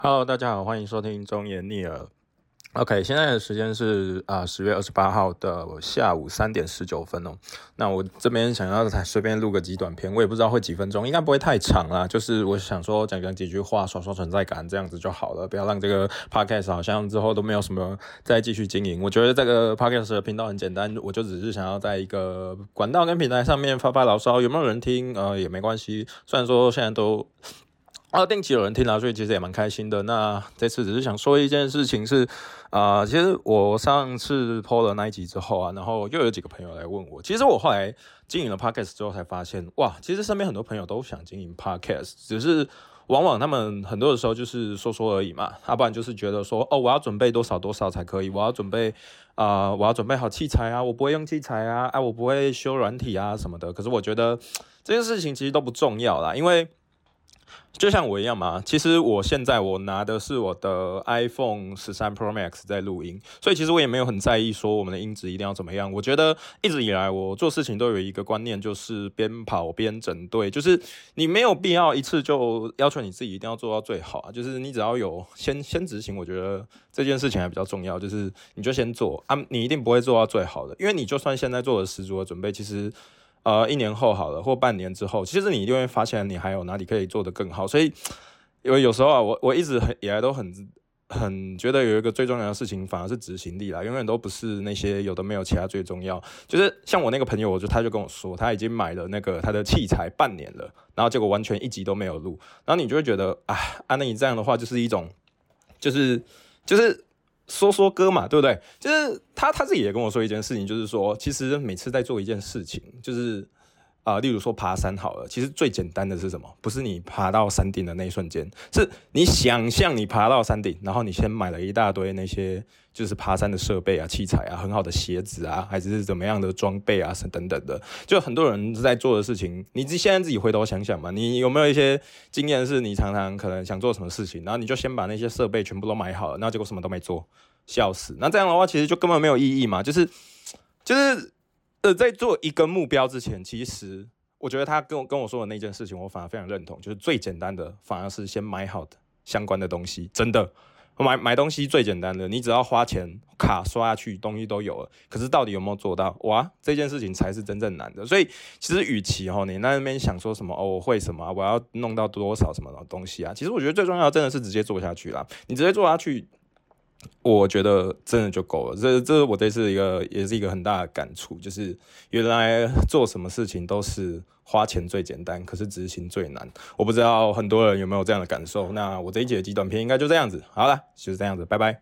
Hello，大家好，欢迎收听中言逆耳。OK，现在的时间是10月28号的下午3:19哦。那我这边想要随便录个几短片，我也不知道会几分钟，应该不会太长啦。就是我想说讲几句话，刷刷存在感，这样子就好了，不要让这个 podcast 好像之后都没有什么再继续经营。我觉得这个 podcast 的频道很简单，我就只是想要在一个管道跟平台上面发发牢骚，有没有人听也没关系。虽然说现在都定期有人听啦，所以其实也蛮开心的。那这次只是想说一件事情是，其实我上次 PO 了那一集之后啊，然后又有几个朋友来问我。其实我后来经营了 Podcast 之后才发现，哇，其实身边很多朋友都想经营 Podcast，只是往往他们很多的时候就是说说而已嘛，不然就是觉得说，我要准备多少多少才可以，我要准备好器材啊，我不会用器材啊，我不会修软体啊什么的。可是我觉得这件事情其实都不重要啦，因为就像我一样嘛，其实我现在拿的是我的 iPhone 13 Pro Max 在录音，所以其实我也没有很在意说我们的音质一定要怎么样。我觉得一直以来我做事情都有一个观念，就是边跑边整队，就是你没有必要一次就要求你自己一定要做到最好啊，就是你只要有先执行，我觉得这件事情还比较重要，就是你就先做啊，你一定不会做到最好的，因为你就算现在做了十足的准备，其实1年后好了，或半年之后，其实你一定会发现你还有哪里可以做得更好。所以，因为有时候啊，我一直以来都很觉得有一个最重要的事情，反而是执行力啦，永远都不是那些有的没有其他最重要。就是像我那个朋友，他就跟我说，他已经买了他的器材半年了，然后结果完全一集都没有录，然后你就会觉得那你这样的话就是一种，就是说歌嘛，对不对？就是他自己也跟我说一件事情，就是说，其实每次在做一件事情，就是例如说爬山好了，其实最简单的是什么？不是你爬到山顶的那一瞬间，是你想象你爬到山顶，然后你先买了一大堆那些就是爬山的设备啊、器材啊、很好的鞋子啊，还是怎么样的装备啊等等的。就很多人在做的事情，你现在自己回头想想嘛，你有没有一些经验是你常常可能想做什么事情，然后你就先把那些设备全部都买好了，然后结果什么都没做，笑死。那这样的话，其实就根本没有意义嘛，就是在做一个目标之前，其实我觉得他跟我说的那件事情，我反而非常认同，就是最简单的反而是先买好的相关的东西，真的。买东西最简单的，你只要花钱卡刷下去，东西都有了。可是到底有没有做到？哇，这件事情才是真正难的。所以其实与其你在那边想说什么我会什么，我要弄到多少什么东西啊，其实我觉得最重要的真的是直接做下去啦。你直接做下去，我觉得真的就够了。这是我这次也是一个很大的感触，就是原来做什么事情都是花钱最简单，可是执行最难。我不知道很多人有没有这样的感受。那我这一集的极短片应该就这样子，好了，就是这样子，拜拜。